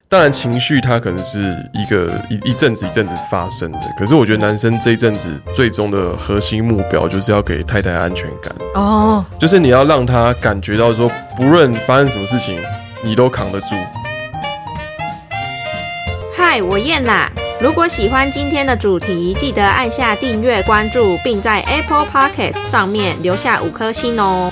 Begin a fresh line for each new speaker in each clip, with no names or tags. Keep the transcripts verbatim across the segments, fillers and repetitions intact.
当然情绪它可能是一个 一, 一阵子一阵子发生的，可是我觉得男生这一阵子最终的核心目标就是要给太太安全感哦，就是你要让他感觉到说，不论发生什么事情，你都扛得住。
嗨，我燕啦！如果喜欢今天的主题，记得按下订阅、关注，并在 Apple Podcast 上面留下五颗星哦。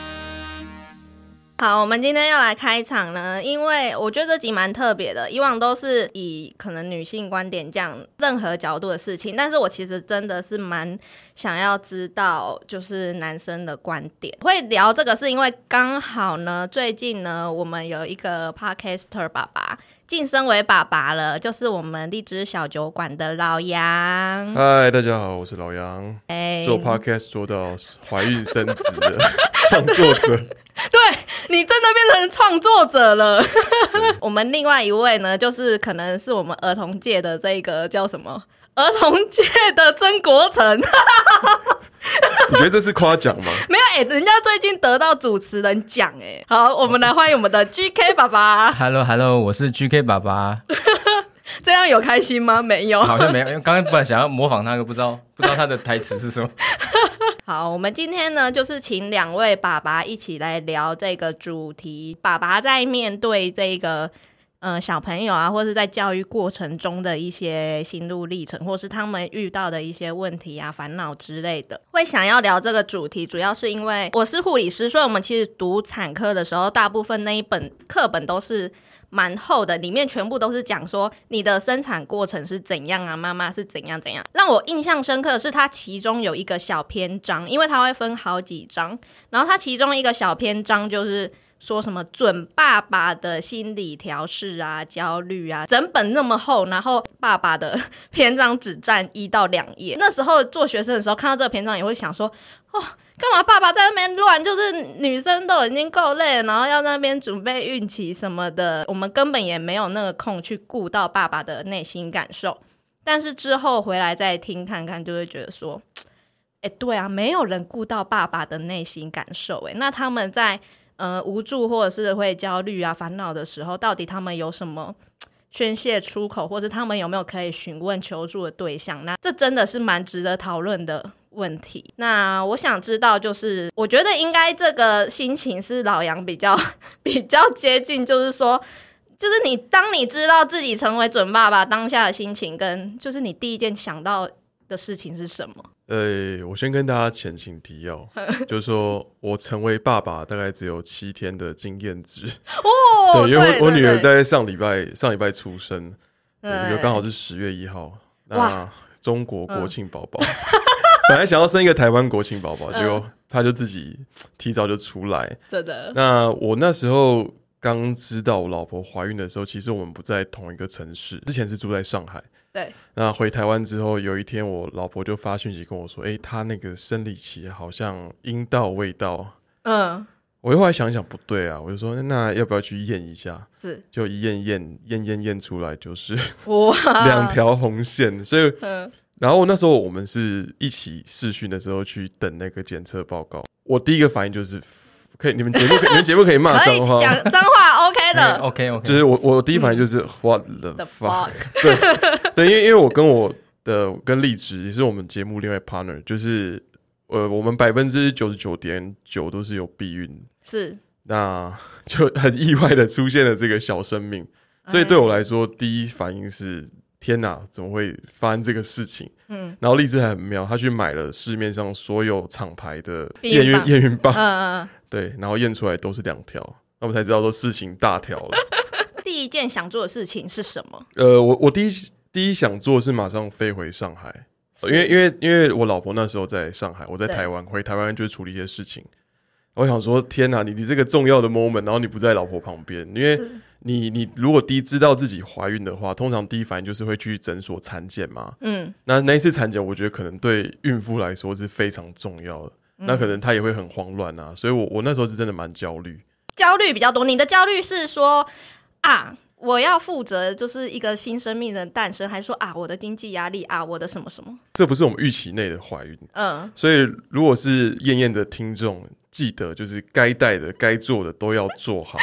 好，我们今天要来开场呢，因为我觉得这集蛮特别的，以往都是以可能女性观点讲任何角度的事情，但是我其实真的是蛮想要知道就是男生的观点。会聊这个是因为刚好呢，最近呢我们有一个 Podcaster 爸爸晋升为爸爸了，就是我们荔枝小酒馆的老杨。
嗨，大家好，我是老杨，欸、做 podcast 做到怀孕生子的创作者。
对，你真的变成创作者了。我们另外一位呢，就是可能是我们儿童界的这个叫什么？儿童界的曾国城。
你觉得这是夸奖吗？
没有哎、欸，人家最近得到主持人奖哎。好，我们来欢迎我们的 G K 爸爸。
Hello Hello， 我是 G K 爸爸。
这样有开心吗？没有，
好像没有。因为刚刚本来想要模仿他，不知道不知道他的台词是什么。
好，我们今天呢，就是请两位爸爸一起来聊这个主题。爸爸在面对这个呃小朋友啊，或是在教育过程中的一些心路历程，或是他们遇到的一些问题啊、烦恼之类的，会想要聊这个主题，主要是因为我是护理师，所以我们其实读产科的时候，大部分那一本课本都是蛮厚的，里面全部都是讲说你的生产过程是怎样啊，妈妈是怎样怎样。让我印象深刻的是它其中有一个小篇章，因为它会分好几章，然后它其中一个小篇章就是说什么准爸爸的心理调试啊、焦虑啊，整本那么厚，然后爸爸的篇章只占一到两页。那时候做学生的时候看到这个篇章也会想说，哦，干嘛爸爸在那边乱？就是女生都已经够累了，然后要在那边准备孕期什么的，我们根本也没有那个空去顾到爸爸的内心感受。但是之后回来再听看看，就会觉得说，哎，对啊，没有人顾到爸爸的内心感受，哎，那他们在呃无助或者是会焦虑啊、烦恼的时候，到底他们有什么宣泄出口，或是他们有没有可以询问求助的对象？那这真的是蛮值得讨论的问题。那我想知道，就是我觉得应该这个心情是老杨比较比较接近，就是说，就是你当你知道自己成为准爸爸当下的心情，跟就是你第一件想到的事情是什么？
呃，我先跟大家前情提要，就是说我成为爸爸大概只有七天的经验值哦，对，因为 我, 我女儿在上礼拜上礼拜出生，我女儿刚好是十月一号，那中国国庆宝宝，嗯、本来想要生一个台湾国庆宝宝，结果她就自己提早就出来，真的。那我那时候刚知道我老婆怀孕的时候，其实我们不在同一个城市，之前是住在上海。对，那回台湾之后，有一天我老婆就发讯息跟我说：“哎、欸，她那个生理期好像阴道未到。”嗯，我后来想想不对啊，我就说那要不要去验一下？是，就一验验验验验出来就是哇两条红线，所以、嗯、然后那时候我们是一起视讯的时候去等那个检测报告，我第一个反应就是。可以，你们节目可以，你们节目可以骂脏话，
可以讲脏话 ，OK 的、
欸、，OK OK，
就是我我第一反应就是、嗯、What the fuck， 对对，因为因为我跟我的跟荔枝也是我们节目另外 partner， 就是呃我们百分之九十九点九都是有避孕，是，那就很意外的出现了这个小生命，所以对我来说，第一反应是天哪，怎么会发生这个事情？嗯，然后荔枝还很妙，他去买了市面上所有厂牌的验孕验孕棒，嗯嗯。对，然后验出来都是两条，那我们才知道说事情大条了。
第一件想做的事情是什么？
呃，我我第一第一想做的是马上飞回上海，因为因为因为我老婆那时候在上海，我在台湾，回台湾就是处理一些事情。我想说，天哪，你你这个重要的 moment， 然后你不在老婆旁边，因为你你如果第一知道自己怀孕的话，通常第一反应就是会去诊所产检嘛。嗯，那那一次产检，我觉得可能对孕妇来说是非常重要的。那可能他也会很慌乱啊，所以我我那时候是真的蛮焦虑，
焦虑比较多。你的焦虑是说啊，我要负责就是一个新生命的诞生，还是说啊，我的经济压力啊，我的什么什么？
这不是我们预期内的怀孕，嗯，所以如果是燕燕的听众，记得就是该带的、该做的都要做好。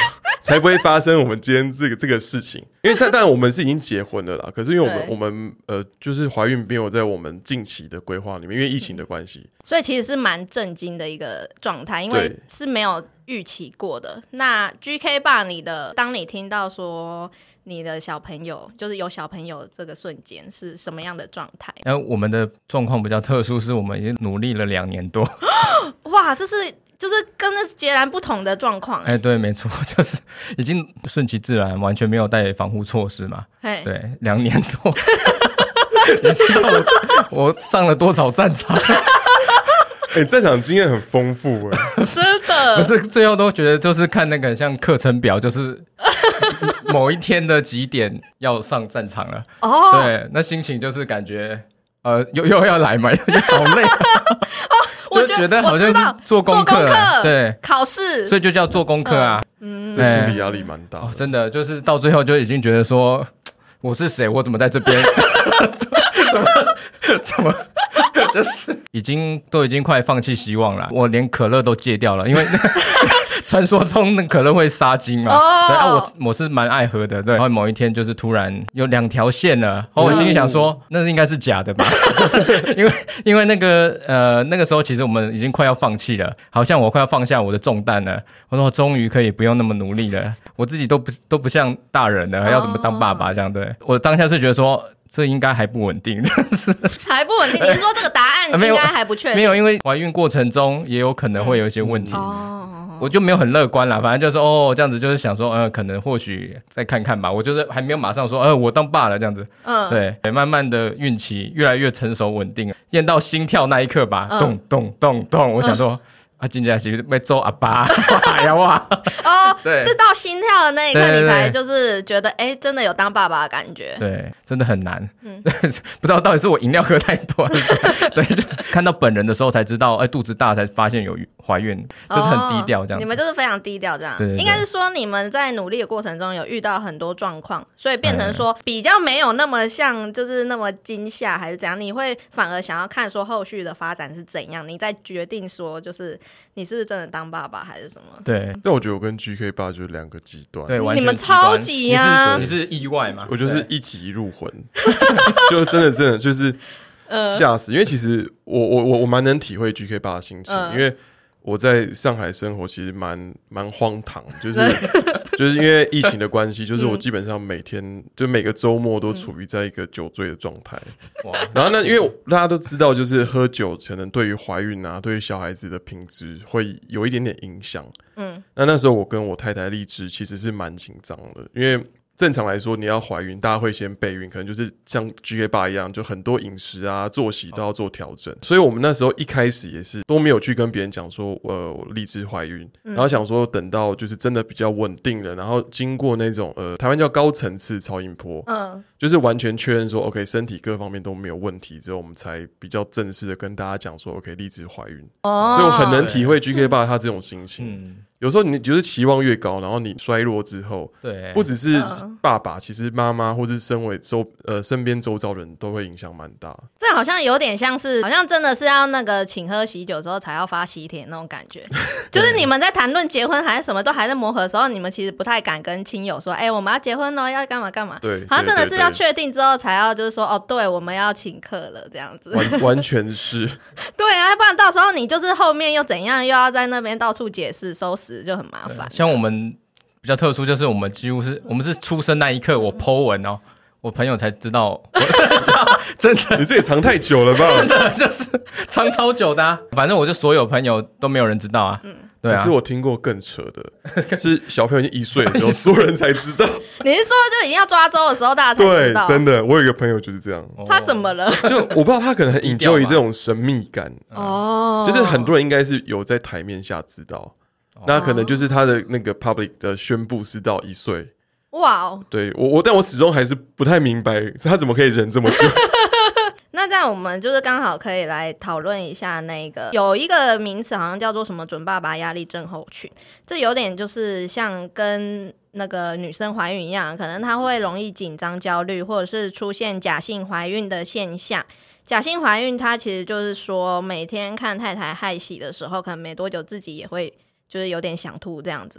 才不会发生我们今天这个这个事情。因为当然我们是已经结婚了啦，可是因为我们我们呃就是怀孕没有在我们近期的规划里面，因为疫情的关系，
所以其实是蛮震惊的一个状态，因为是没有预期过的。那 G K 爸，你的当你听到说你的小朋友就是有小朋友这个瞬间是什么样的状态？
然后我们的状况比较特殊，是我们已经努力了两年多。
哇，这是就是跟那截然不同的状况。哎、
欸，对，没错，就是已经顺其自然，完全没有带防护措施嘛。对，两年多，你知道我我上了多少战场？
哎、欸，战场经验很丰富哎，
真的。
不是，最后都觉得就是看那个像课程表，就是某一天的几点要上战场了。哦，对，那心情就是感觉呃又又要来嘛，好累、啊。哦，就觉得好像是做功课，对，
考试，
所以就叫做功课啊。
嗯，这心理压力蛮大的、
哦，真的就是到最后就已经觉得说我是谁，我怎么在这边？怎么怎么？就是已经都已经快放弃希望了，我连可乐都戒掉了，因为传说中的可乐会杀精嘛。Oh. 对啊，我我是蛮爱喝的，对。然后某一天就是突然有两条线了，然后我心里想说，那是应该是假的吧？因为因为那个呃那个时候其实我们已经快要放弃了，好像我快要放下我的重担了。我说我终于可以不用那么努力了，我自己都不都不像大人了，要怎么当爸爸这样？对，我当下是觉得说。这应该还不稳定，
还不稳定。你是说这个答案应该还不确定？
没有，因为怀孕过程中也有可能会有一些问题。嗯、我就没有很乐观啦，反正就是哦这样子，就是想说，呃，可能或许再看看吧。我就是还没有马上说，呃，我当爸了这样子。嗯，对，慢慢的孕期越来越成熟稳定，验到心跳那一刻吧，嗯、咚咚咚咚，我想说。嗯啊，真的是被做阿爸，哎呀哇！
哦，是到心跳的那一刻，你才就是觉得，哎、欸，真的有当爸爸的感觉。
对，真的很难。嗯，不知道到底是我饮料喝太多，对，就看到本人的时候才知道，哎、欸，肚子大才发现有怀孕，就是很低调这样子、哦。
你们就是非常低调这样。
对, 对, 对，
应该是说你们在努力的过程中有遇到很多状况，所以变成说比较没有那么像，就是那么惊吓还是怎样？你会反而想要看说后续的发展是怎样，你再决定说就是。你是不是真的当爸爸还是什么？
对，
但我觉得我跟 G K 爸就是两个极端，
对，完全
你们超级啊！
你是, 你是意外嘛？
我就是一击入魂，就真的真的就是吓死。因为其实我我我我蛮能体会 G K 爸的心情，呃、因为我在上海生活其实蛮蛮荒唐，就是就是因为疫情的关系，就是我基本上每天就每个周末都处于在一个酒醉的状态。哇！然后呢，因为大家都知道，就是喝酒可能对于怀孕啊，对于小孩子的品质会有一点点影响。嗯，那那时候我跟我太太荔枝其实是蛮紧张的，因为。正常来说，你要怀孕，大家会先备孕，可能就是像 G K 爸一样，就很多饮食啊、作息都要做调整。所以我们那时候一开始也是都没有去跟别人讲说，呃，我荔枝怀孕，然后想说等到就是真的比较稳定了，然后经过那种呃，台湾叫高层次超音波，嗯，就是完全确认说 OK 身体各方面都没有问题之后，我们才比较正式的跟大家讲说 OK 荔枝怀孕。哦，所以我很能体会 G K 爸他这种心情。嗯，有时候你就是期望越高，然后你衰落之后，对，不只是爸爸，其实妈妈或是身为周呃身边周遭人都会影响蛮大。
这好像有点像是，好像真的是要那个请喝喜酒之后才要发喜帖那种感觉。就是你们在谈论结婚还是什么都还在磨合的时候，你们其实不太敢跟亲友说，哎、欸，我们要结婚哦，要干嘛干嘛。
对，
好像真的是要确定之后才要就是说，哦，对，我们要请客了这样子。
完完全是。
对啊，不然到时候你就是后面又怎样，又要在那边到处解释收拾，就很麻烦。
像我们比较特殊，就是我们几乎是我们是出生那一刻我 po 文哦，我朋友才知道，真的，
你这也藏太久了吧？
真的就是藏超久的、啊，反正我就所有朋友都没有人知道啊。嗯，对啊。
可是我听过更扯的，是小朋友已经一岁的时候，所有人才知道。
你是说就已经要抓周的时候大家才知道？
对，真的，我有一个朋友就是这样。
他怎么了？
就我不知道他可能很 enjoy 这种神秘感哦，就是很多人应该是有在台面下知道。那可能就是他的那个 public 的宣布是到一岁，哇哦！对我我，但我始终还是不太明白他怎么可以忍这么久。
那这样我们就是刚好可以来讨论一下那个有一个名词好像叫做什么准爸爸压力症候群，这有点就是像跟那个女生怀孕一样，可能她会容易紧张焦虑，或者是出现假性怀孕的现象。假性怀孕它其实就是说每天看太太害喜的时候，可能没多久自己也会就是有点想吐这样子。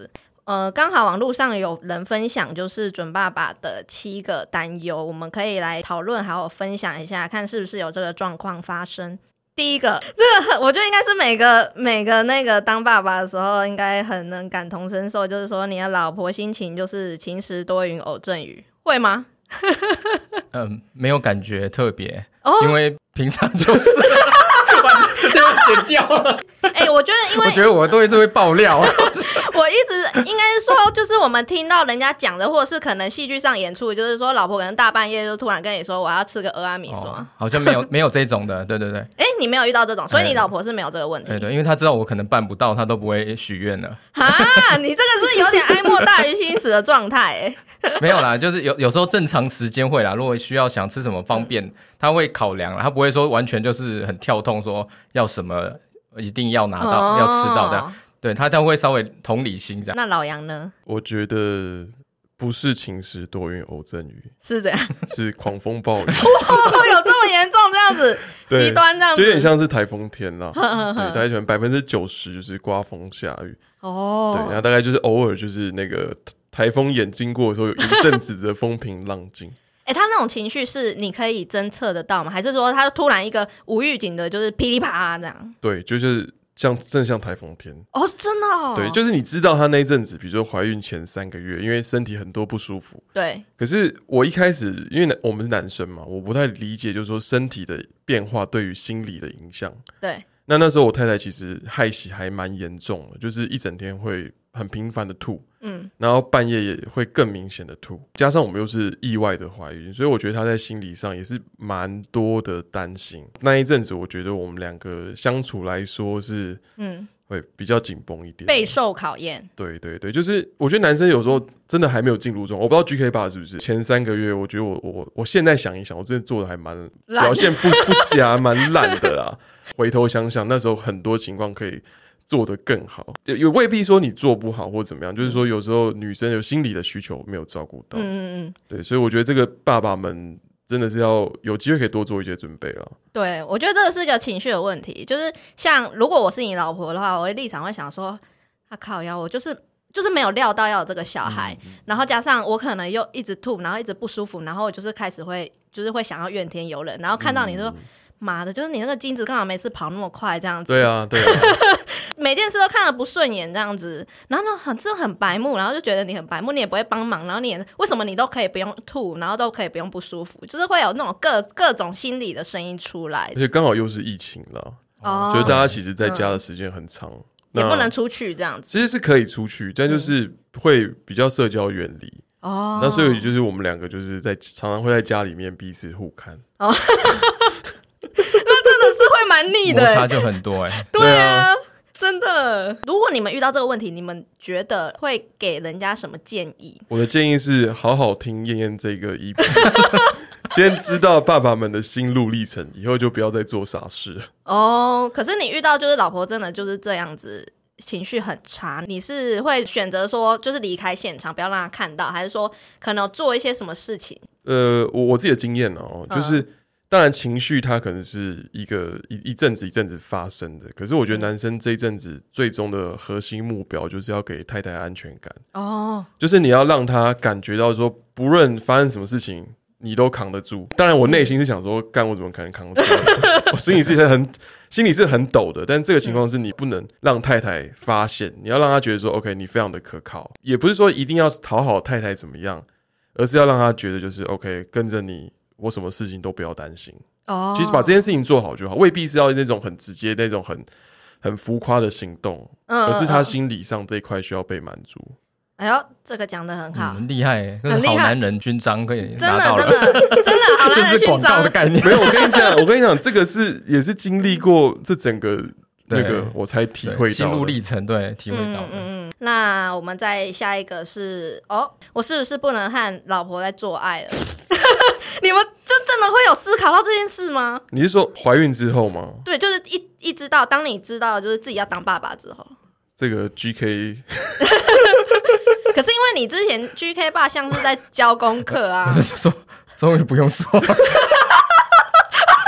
呃，刚好网络上有人分享就是准爸爸的七个担忧，我们可以来讨论还有分享一下，看是不是有这个状况发生。第一个，这个我觉得应该是每个每个那个当爸爸的时候应该很能感同身受，就是说你的老婆心情就是晴时多云偶阵雨，会吗？
嗯，没有感觉特别、
哦、
因为平常就是剪掉了。
哎、欸，我觉得因为
我觉得我都一直会爆料
我一直应该是说，就是我们听到人家讲的，或者是可能戏剧上演出，就是说老婆可能大半夜就突然跟你说我要吃个蚵仔米线、哦，
好像没有没有这种的，对对对。
哎、欸，你没有遇到这种，所以你老婆是没有这个问题。
对对，因为她知道我可能办不到，她都不会许愿了。
啊，你这个是有点哀莫大于心死的状态哎。
没有啦，就是有有时候正常时间会啦，如果需要想吃什么方便，他会考量啦，他不会说完全就是很跳痛，说要什么一定要拿到、哦、要吃到的。对，他他会稍微同理心这样。
那老杨呢？
我觉得不是晴时多云偶阵雨，
是这样，
是狂风暴雨。哇，
有这么严重这样子，极端这样子，
就有点像是台风天啦。对，大概可能百分之九十就是刮风下雨。哦，对，然后大概就是偶尔就是那个台风眼经过的时候，有一阵子的风平浪静。
哎、欸，他那种情绪是你可以侦测得到吗？还是说他突然一个无预警的，就是噼里啪啦这样？
对，就是像正像台风天
哦，真的哦。
对，就是你知道他那一阵子，比如说怀孕前三个月，因为身体很多不舒服。
对。可
是我一开始，因为我们是男生嘛，我不太理解，就是说身体的变化对于心理的影响。
对。
那那时候我太太其实害喜还蛮严重的，就是一整天会很频繁的吐，嗯，然后半夜也会更明显的吐，加上我们又是意外的怀孕，所以我觉得她在心理上也是蛮多的担心。那一阵子我觉得我们两个相处来说是，嗯，会比较紧绷一点，
备受考验。
对对对，就是我觉得男生有时候真的还没有进入状况，我不知道 G K 爸是不是前三个月，我觉得我我我现在想一想，我真的做的还蛮表现不不佳，蛮烂的啦。回头想想，那时候很多情况可以做得更好，也未必说你做不好或怎么样，就是说有时候女生有心理的需求没有照顾到，嗯嗯嗯，对，所以我觉得这个爸爸们真的是要有机会可以多做一些准备了。
对，我觉得这个是一个情绪的问题，就是像如果我是你老婆的话，我的立场会想说，啊靠腰，我就是就是没有料到要有这个小孩，嗯嗯，然后加上我可能又一直吐，然后一直不舒服，然后我就是开始会就是会想要怨天尤人，然后看到你说。嗯妈的，就是你那个精子干嘛每次跑那么快这样子？
对啊，对啊，
每件事都看得不顺眼这样子，然后呢很真的很白目，然后就觉得你很白目，你也不会帮忙，然后你也为什么你都可以不用吐，然后都可以不用不舒服，就是会有那种各各种心理的声音出来。
而且刚好又是疫情了，哦，所以大家其实在家的时间很长，嗯，
也不能出去这样子。
其实是可以出去，但就是会比较社交远离。哦，那所以就是我们两个就是在常常会在家里面彼此互看。哦。
那真的是会蛮腻的，
摩擦就很多哎，欸。
对啊，真的。如果你们遇到这个问题，你们觉得会给人家什么建议？
我的建议是好好听燕燕这个 E P， 先知道爸爸们的心路历程，以后就不要再做傻事了。
哦，可是你遇到就是老婆真的就是这样子，情绪很差，你是会选择说就是离开现场，不要让他看到，还是说可能做一些什么事情？
呃，我我自己的经验哦，就是。嗯，当然，情绪它可能是一个一一阵子一阵子发生的，可是我觉得男生这一阵子最终的核心目标就是要给太太安全感哦，就是你要让他感觉到说，不论发生什么事情，你都扛得住。当然，我内心是想说，干我怎么可能扛得住？我心里是很心里是很抖的，但这个情况是你不能让太太发现，你要让她觉得说 ，OK， 你非常的可靠，也不是说一定要讨好太太怎么样，而是要让她觉得就是 OK， 跟着你。我什么事情都不要担心哦，其实把这件事情做好就好，未必是要那种很直接、那种很很浮夸的行动，嗯，而是他心理上这一块需要被满足。
哎呦，这个讲得很好，
很厉害，很厉害，好男人勋章可以拿到了，
真的真的真的好男人勋章，这是广告
的概念。
没有，我跟你讲，我跟你讲，这个是也是经历过这整个那个我才体会到
心路历程，对，体会到的。
嗯嗯嗯。那我们再下一个是哦，我是不是不能和老婆在做爱了？你们就真的会有思考到这件事吗？
你是说怀孕之后吗？
对，就是一一知道，当你知道就是自己要当爸爸之后，
这个 G K
可是因为你之前 G K 爸像是在教功课啊，
我是说终于不用做了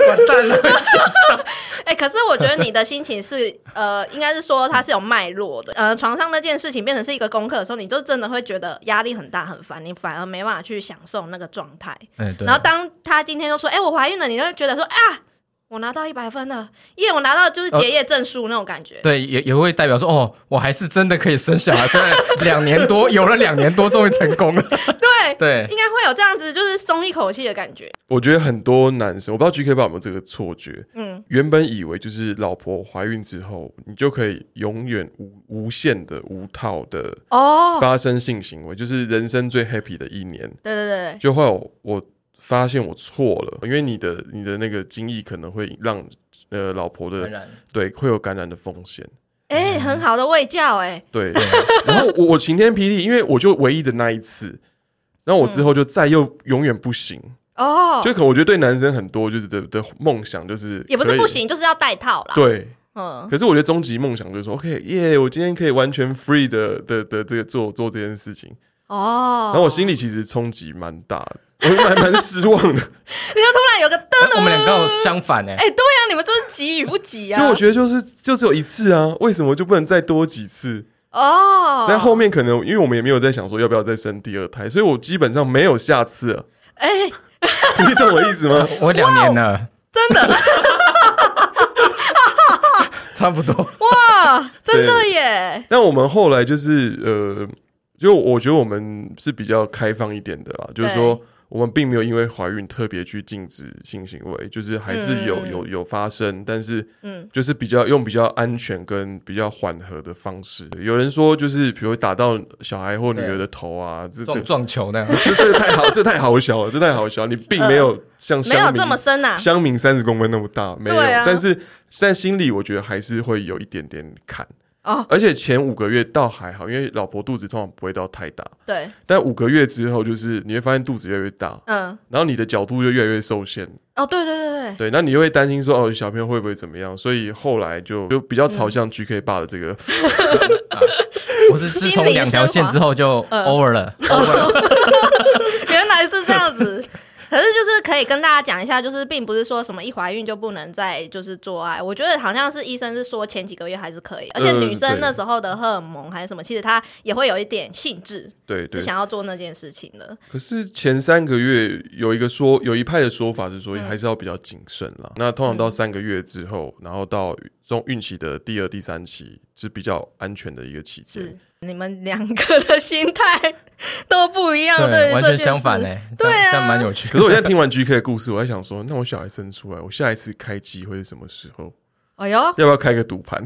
完蛋了。
哎、欸，可是我觉得你的心情是呃，应该是说它是有脉络的。呃，床上那件事情变成是一个功课的时候，你就真的会觉得压力很大很烦，你反而没办法去享受那个状态。
欸、
然后当他今天就说：“哎、欸，我怀孕了”，你就会觉得说：“啊，我拿到一百分了，耶！我拿到就是结业证书那种感觉。呃”
对，也也会代表说：“哦，我还是真的可以生小孩。”虽然两年多有了两年多，终于成功了。
对
对，
应该会有这样子，就是松一口气的感觉。
我觉得很多男生，我不知道 G K 爸有没有这个错觉，
嗯，
原本以为就是老婆怀孕之后，你就可以永远无无限的无套的
哦
发生性行为，就是人生最 happy 的一年。
对对对，
就会有我发现我错了，因为你的你的那个精液可能会让呃老婆的对会有感染的风险。
哎、欸，很好的卫教哎、欸。
对，然后我我晴天霹雳，因为我就唯一的那一次，然后我之后就再又永远不行。
哦、嗯，
就可能我觉得对男生很多就是的的梦想就是
也不是不行，就是要戴套啦。
对。
嗯，
可是我觉得终极梦想就是说 ，OK， 耶、yeah, 我今天可以完全 free 的的的这个做做这件事情哦。然后我心里其实冲击蛮大的，我蛮蛮失望的。你就
突然有个灯、啊，
我们两个相反哎、欸，
哎、欸，对啊，你们就是急与不急啊。
就我觉得就是就只有一次啊，为什么就不能再多几次？
哦，
但后面可能因为我们也没有在想说要不要再生第二胎，所以我基本上没有下次了。哎、欸，你懂我意思吗？
我两年了，
真的。
差不多
哇，真的耶！
但我们后来就是呃，就我觉得我们是比较开放一点的啦，就是说我们并没有因为怀孕特别去禁止性行为，就是还是有、嗯、有有发生，但是嗯，就是比较用比较安全跟比较缓和的方式。有人说就是比如打到小孩或女儿的头啊，这
撞撞球那样，
这这太好，这太好小了，这太好小，你并没有像
没有这么深啊，
乡民三十公分那么大，没有，
啊、
但是。在心里我觉得还是会有一点点坎哦，而且前五个月倒还好，因为老婆肚子通常不会到太大，
对。
但五个月之后，就是你会发现肚子越来越大，嗯，然后你的角度就越来越受限。
哦，对对对对，
对，那你就会担心说，哦，小朋友会不会怎么样？所以后来就就比较朝向 G K 爸的这个。
嗯啊、我是自从两条线之后就 over 了，嗯、over 了。
原来是这样子。可是就是可以跟大家讲一下，就是并不是说什么一怀孕就不能再就是做爱。我觉得好像是医生是说前几个月还是可以，而且女生那时候的荷尔蒙还是什么，其实她也会有一点兴致，
对对，
是想要做那件事情的。
可是前三个月有一个说有一派的说法是说还是要比较谨慎啦、嗯。那通常到三个月之后，然后到中孕期的第二、第三期是比较安全的一个期间。
你们两个的心态都不一样，对，
完全相反哎、欸，
对啊，
这样蛮有趣的。
可是我现在听完 G K 的故事，我在想说，那我小孩生出来，我下一次开机会是什么时候？
哎呦，
要不要开个赌盘？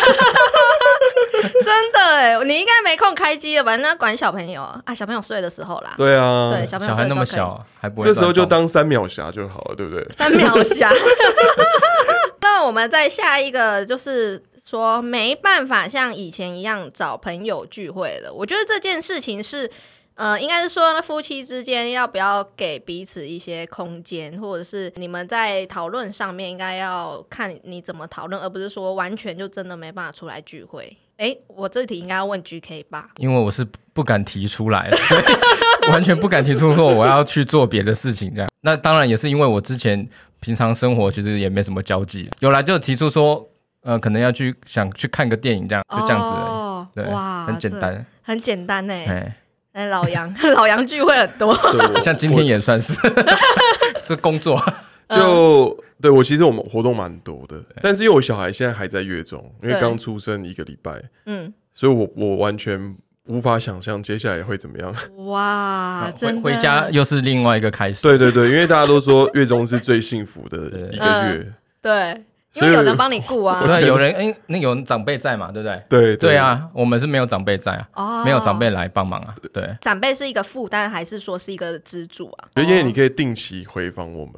真的哎，你应该没空开机了吧？那管小朋友啊，小朋友睡的时候啦。
对啊，
对，小朋友
小孩那么小，还不会。
这时候就当三秒侠就好了，对不对？
三秒侠。那我们再下一个就是说没办法像以前一样找朋友聚会了。我觉得这件事情是呃，应该是说夫妻之间要不要给彼此一些空间，或者是你们在讨论上面应该要看你怎么讨论，而不是说完全就真的没办法出来聚会。哎，我这题应该要问 G K 吧，
因为我是不敢提出来，所以完全不敢提出说我要去做别的事情这样。那当然也是因为我之前平常生活其实也没什么交际，有来就提出说呃，可能要去想去看个电影这样，就这样子而已。哦，对，哇，很简单，
很简单哎。哎，老杨，老杨聚会很多，
像今天也算是是工作。
就对我其实我们活动蛮多的，但是因为我小孩现在还在月中，因为刚出生一个礼拜，嗯，所以我我完全无法想象接下来会怎么样。
哇，真的
回家又是另外一个开始。
对对对，因为大家都说月中是最幸福的一个月，
嗯、对。因为有人帮你顾啊，
对，有人哎，那有人长辈在嘛，对不对？
对 对,
对啊，我们是没有长辈在啊，哦、没有长辈来帮忙啊，对。
长辈是一个负担，还是说是一个支柱啊？
因为你可以定期回访我们，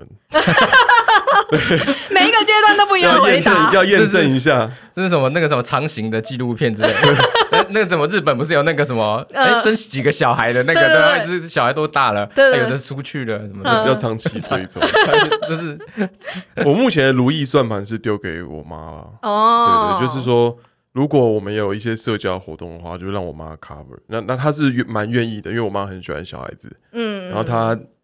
每一个阶段都不一样回答，
要验证一下。
这是什么？那个什么长形的纪录片之类的？那那个怎么日本不是有那个什么？哎、呃，生几个小孩的那个，对对对，对小孩都大了，对对对，有的出去了什么的，
嗯、要长期追踪。
就是
我目前的如意算盘是丢给我妈了。哦，对对，就是说，如果我们有一些社交活动的话，就让我妈 cover。那那她是蛮愿意的，因为我妈很喜欢小孩子。嗯，然后她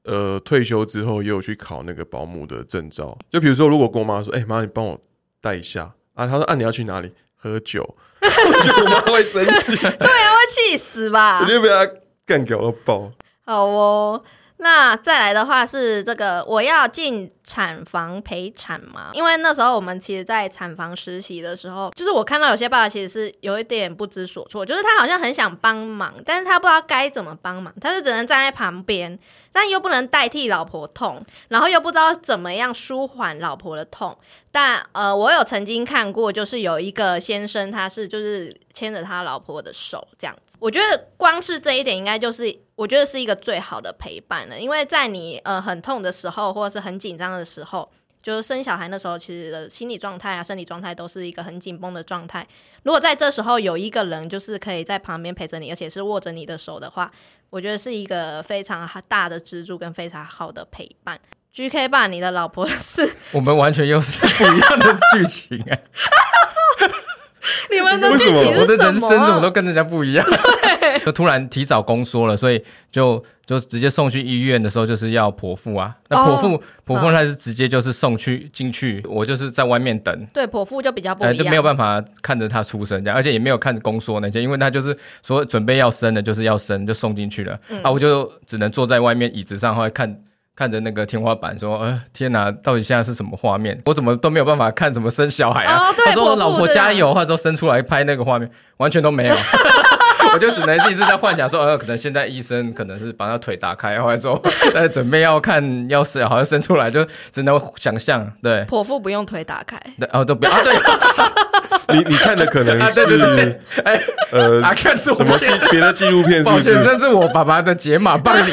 呃退休之后也有去考那个保姆的证照。就比如说，如果跟我妈说：“哎、欸，妈，你帮我带一下啊。”她说：“啊，你要去哪里？喝酒。”我觉得我妈会生气。对
啊，会气死吧？
我就被她干掉到爆。
好哦。那再来的话是这个，我要进产房陪产嘛？因为那时候我们其实在产房实习的时候，就是我看到有些爸爸其实是有一点不知所措，就是他好像很想帮忙，但是他不知道该怎么帮忙，他就只能站在旁边，但又不能代替老婆痛，然后又不知道怎么样舒缓老婆的痛。但呃，我有曾经看过，就是有一个先生，他是就是牵着他老婆的手这样子。我觉得光是这一点，应该就是我觉得是一个最好的陪伴了，因为在你呃很痛的时候，或者是很紧张的时候，就是生小孩那时候，其实的心理状态啊、生理状态都是一个很紧绷的状态。如果在这时候有一个人就是可以在旁边陪着你，而且是握着你的手的话，我觉得是一个非常大的支柱跟非常好的陪伴。G K 爸，你的老婆是？
我们完全又是不一样的剧情哎、
欸。你们的剧情是什么、啊？
我的人生怎么都跟人家不一样？就突然提早宫缩了，所以就就直接送去医院的时候，就是要剖腹啊。那剖腹，哦、剖腹他是直接就是送去进去，我就是在外面等。
对，剖腹就比较不一样，
呃、就没有办法看着他出生这样，而且也没有看着宫缩那些，因为他就是说准备要生了，就是要生就送进去了、嗯、啊，我就只能坐在外面椅子上，后来看。看着那个天花板说呃天哪，到底现在是什么画面？我怎么都没有办法看怎么生小孩啊、
哦、对，
他说我老婆加油，或者说生出来拍那个画面完全都没有我就只能一直在幻想说呃可能现在医生可能是把他腿打开，或者说呃准备要看要生好像生出来，就只能想象。对，
剖腹不用腿打开，
对哦都不要啊对
你你看的可能是、啊、
对对对哎
呃
啊看是我
什么别的纪录片是不是？
抱歉，这是我爸爸的解码棒里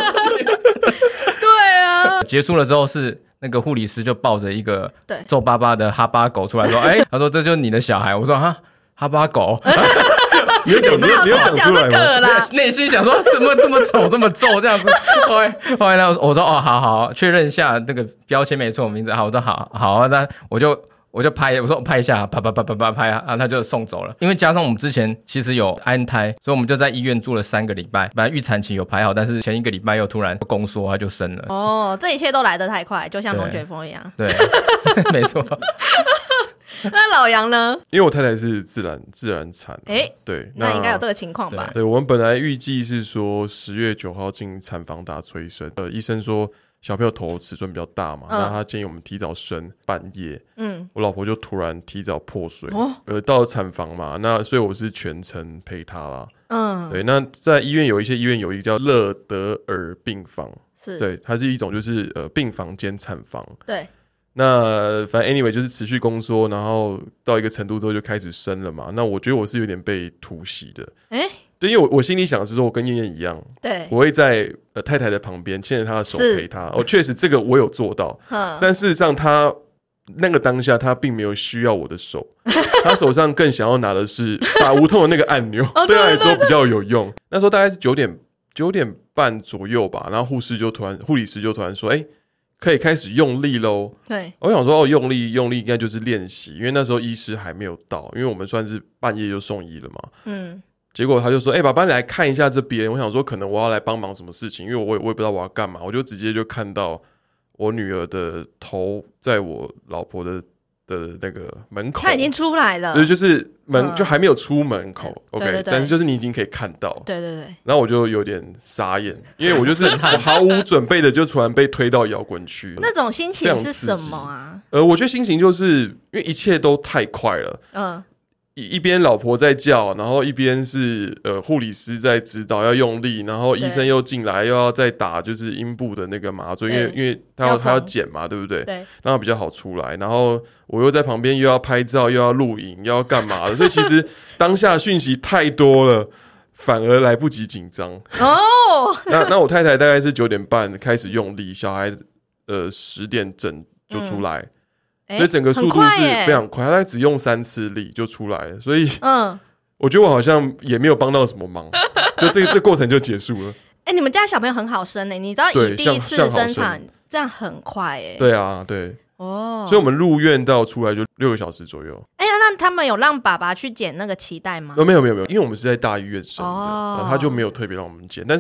结束了之后是那个护理师就抱着一个皱巴巴的哈巴狗出来说哎、欸，他说这就是你的小孩。我说哈哈巴狗
你有讲你有讲出来吗？
内心想说怎么这么丑这么皱这样子。后来后来呢我说哦好好确认一下那个标签没错名字好，我说好好啊，那我就我就拍，我说我拍一下，啪啪啪啪啪拍啊，啊他就送走了。因为加上我们之前其实有安胎，所以我们就在医院住了三个礼拜。本来预产期有排好，但是前一个礼拜又突然宫缩，他就生了。
哦，这一切都来得太快，就像龙卷风一样。
对，没错。
那老杨呢？
因为我太太是自然自然产，哎、欸，对，
那, 那应该有这个情况吧？
对，我们本来预计是说十月九号进产房打催生，呃，医生说。小朋友头尺寸比较大嘛，嗯、那他建议我们提早生半夜。嗯，我老婆就突然提早破水，哦、呃，到了产房嘛，那所以我是全程陪她啦。嗯，对，那在医院有一些医院有一个叫乐德尔病房，是对，它是一种就是呃病房兼产房。
对，
那反正 anyway 就是持续宫缩，然后到一个程度之后就开始生了嘛。那我觉得我是有点被突袭的。哎、欸。对，因为 我, 我心里想的是说，我跟燕燕一样，对，我会在、呃、太太的旁边牵着她的手陪她。哦，确实这个我有做到，但事实上她那个当下她并没有需要我的手，她手上更想要拿的是打无痛的那个按钮，哦、对她来说比较有用。那时候大概是九点九点半左右吧，然后护士就突然护理师就突然说，哎、欸。可以开始用力咯。对，我想说哦，用力用力应该就是练习，因为那时候医师还没有到，因为我们算是半夜就送医了嘛。嗯。结果他就说：“哎、欸，爸爸，你来看一下这边。”我想说，可能我要来帮忙什么事情，因为我也我也不知道我要干嘛，我就直接就看到我女儿的头在我老婆的的那个门口，
她已经出来了，
对，就是门、嗯、就还没有出门口 ，OK，
对对对，
但是就是你已经可以看到，
对对对。
然后我就有点傻眼，因为我就是我毫无准备的就突然被推到摇滚区，
那种心情是什么啊？
呃，我觉得心情就是因为一切都太快了，嗯。一边老婆在叫，然后一边是呃护理师在指导要用力，然后医生又进来又要再打就是阴部的那个麻醉，因为因为他要他要剪嘛，对不对？对，让他比较好出来。然后我又在旁边又要拍照又要录影又要干嘛的，所以其实当下讯息太多了，反而来不及紧张。哦，那那我太太大概是九点半开始用力，小孩呃十点整就出来。嗯所以整个速度是非常快，他大概只用三次力就出来了，所以嗯，我觉得我好像也没有帮到什么忙，就这个这过程就结束了。
哎、欸，你们家小朋友很好生哎、欸，你知道以第一次生产这样很快哎、欸。
对啊，对哦，所以我们入院到出来就六个小时左右。
哎、欸，那他们有让爸爸去剪那个脐带吗？
呃，没有没有没有，因为我们是在大医院生的，哦、他就没有特别让我们剪，但是。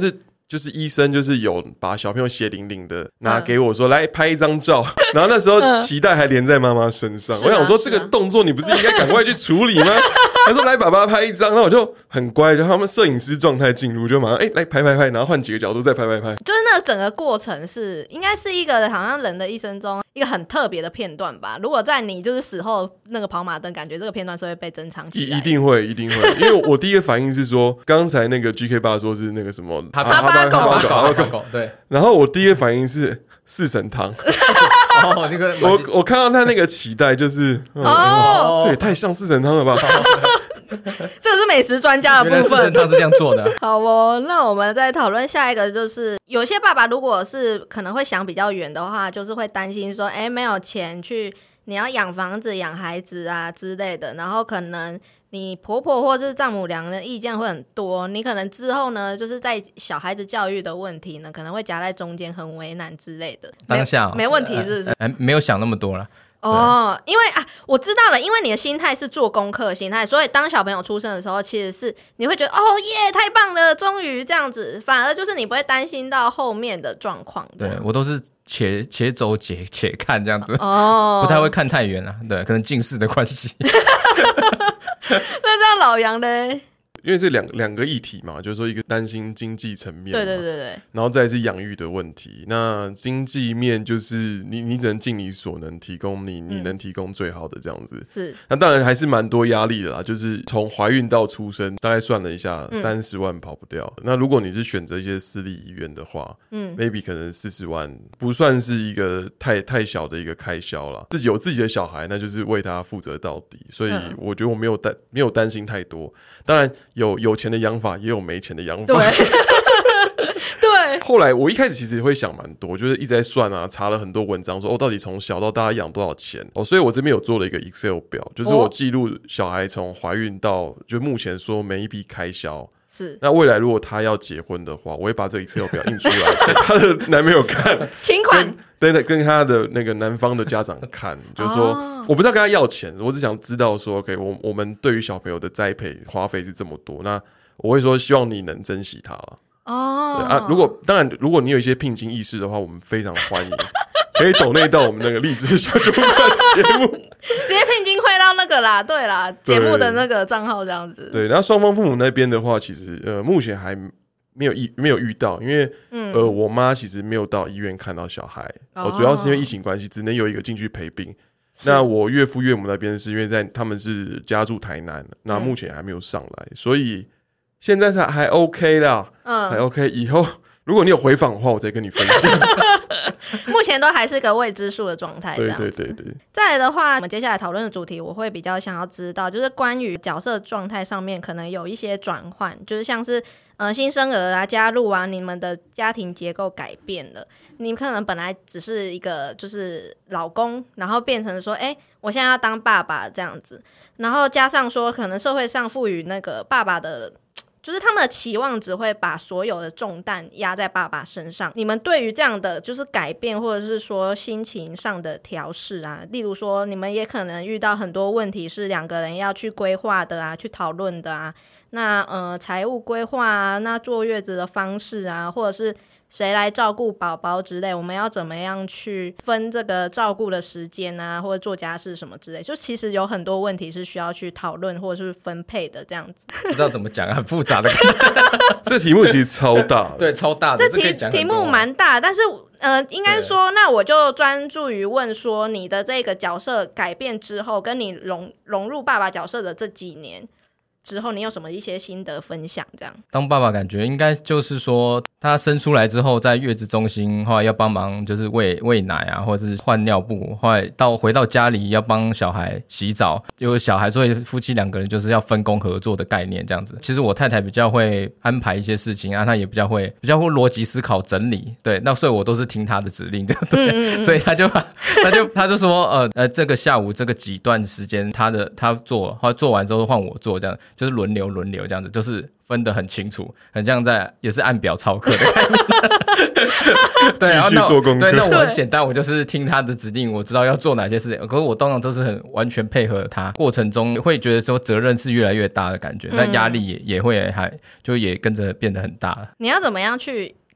就是医生就是有把小朋友血淋淋的拿给我说、嗯、来拍一张照，然后那时候脐带还连在妈妈身上、嗯、我想说这个动作你不是应该赶快去处理吗？他说来爸爸拍一张，那我就很乖，就他们摄影师状态进入，就马上哎、欸、来拍拍拍，然后换几个角度再拍拍拍，
就是那整个过程是应该是一个好像人的一生中一个很特别的片段吧。如果在你就是死后那个跑马灯，感觉这个片段是会被珍藏起来。
一定会一定会，因为我第一个反应是说刚才那个 G K 爸说是那个什么
哈巴狗
哈巴狗，
对，
然后我第一个反应是四神汤
哦，那个
我我看到他那个脐带就是、嗯、哦，这也太像四神汤了吧。
这个是美食专家的部分，原来四
神汤是这样做的。
好哦，那我们再讨论下一个，就是有些爸爸如果是可能会想比较远的话，就是会担心说哎，没有钱去你要养房子养孩子啊之类的，然后可能你婆婆或是丈母娘的意见会很多，你可能之后呢就是在小孩子教育的问题呢可能会夹在中间很为难之类的。
当下、哦、
没, 没问题是不是、
呃呃、没有想那么多啦。
哦，因为啊，我知道了，因为你的心态是做功课的心态，所以当小朋友出生的时候，其实是你会觉得哦耶，太棒了，终于这样子，反而就是你不会担心到后面的状况。
对，我都是且且走且且看这样子，哦，不太会看太远了，对，可能近视的关系。
那这样老杨呢？
因为这两两个议题嘛，就是说一个担心经济层面，
对对对对，
然后再来是养育的问题。那经济面就是你你只能尽你所能提供你你能提供最好的这样子。是、嗯，那当然还是蛮多压力的啦。就是从怀孕到出生，大概算了一下，三十万跑不掉、嗯。那如果你是选择一些私立医院的话，嗯 ，maybe 可能四十万不算是一个太太小的一个开销啦。自己有自己的小孩，那就是为他负责到底。所以我觉得我没有担没有担心太多。当然。有有钱的养法，也有没钱的养法。对，对。后来我一开始其实会想蛮多，就是一直在算啊，查了很多文章说，哦，到底从小到大养多少钱哦，所以我这边有做了一个 Excel 表，就是我记录小孩从怀孕到就目前说每一笔开销。是，那未来如果她要结婚的话，我会把这个 Excel 表印出来给她的男朋友看，
请款，
对对，跟她的那个男方的家长看，就是说、哦、我不是要跟她要钱，我只想知道说 ，OK， 我我们对于小朋友的栽培花费是这么多，那我会说希望你能珍惜他了。哦，啊，如果当然，如果你有一些聘金意识的话，我们非常欢迎。可以抖内到我们那个励志小主管节目，
直接聘金汇到那个啦，对啦，节目的那个账号这样子。
对，然后双方父母那边的话，其实呃目前还没有遇没有遇到，因为、嗯、呃我妈其实没有到医院看到小孩，哦、呃，主要是因为疫情关系，只能有一个进去陪病。那我岳父岳母那边是因为在他们是家住台南，那目前还没有上来，嗯、所以现在是还 OK 啦，嗯，还 OK。以后如果你有回访的话，我再跟你分享。
目前都还是个未知数的状态，
对对对对。
再来的话，我们接下来讨论的主题，我会比较想要知道，就是关于角色状态上面可能有一些转换，就是像是呃新生儿啊加入啊，你们的家庭结构改变了，你可能本来只是一个就是老公，然后变成说，哎、欸，我现在要当爸爸这样子，然后加上说，可能社会上赋予那个爸爸的。就是他们的期望只会把所有的重担压在爸爸身上。你们对于这样的就是改变，或者是说心情上的调试啊，例如说你们也可能遇到很多问题是两个人要去规划的啊，去讨论的啊。那呃财务规划啊，那坐月子的方式啊，或者是谁来照顾宝宝之类，我们要怎么样去分这个照顾的时间啊，或者做家事什么之类，就其实有很多问题是需要去讨论或者是分配的这样子。
不知道怎么讲，很复杂的感
觉。这题目其实超大的，
对，超大的。
这题
这
题目蛮大，但是呃，应该说，那我就专注于问说，你的这个角色改变之后，跟你融融入爸爸角色的这几年之后，你有什么一些心得分享？这样
当爸爸感觉应该就是说，他生出来之后，在月子中心后来要帮忙，就是喂喂奶啊，或者是换尿布，后来到回到家里要帮小孩洗澡，有小孩，所以夫妻两个人就是要分工合作的概念这样子。其实我太太比较会安排一些事情啊，她也比较会比较会逻辑思考整理，对，那所以我都是听她的指令，对，嗯嗯嗯所以她就她就她就说呃呃，这个下午这个几段时间，她的她做，后来做完之后换我做这样。就是轮流轮流这样子，就是分得很清楚，很像在也是按表操课的概念。对，
继续做功课。
对，那我很简单，我就是听他的指令，我知道要做哪些事情。可是我通常都是很完全配合他，过程中会觉得说责任是越来越大的感觉，但压力也也会还就也跟着变得很大。
你要怎么样去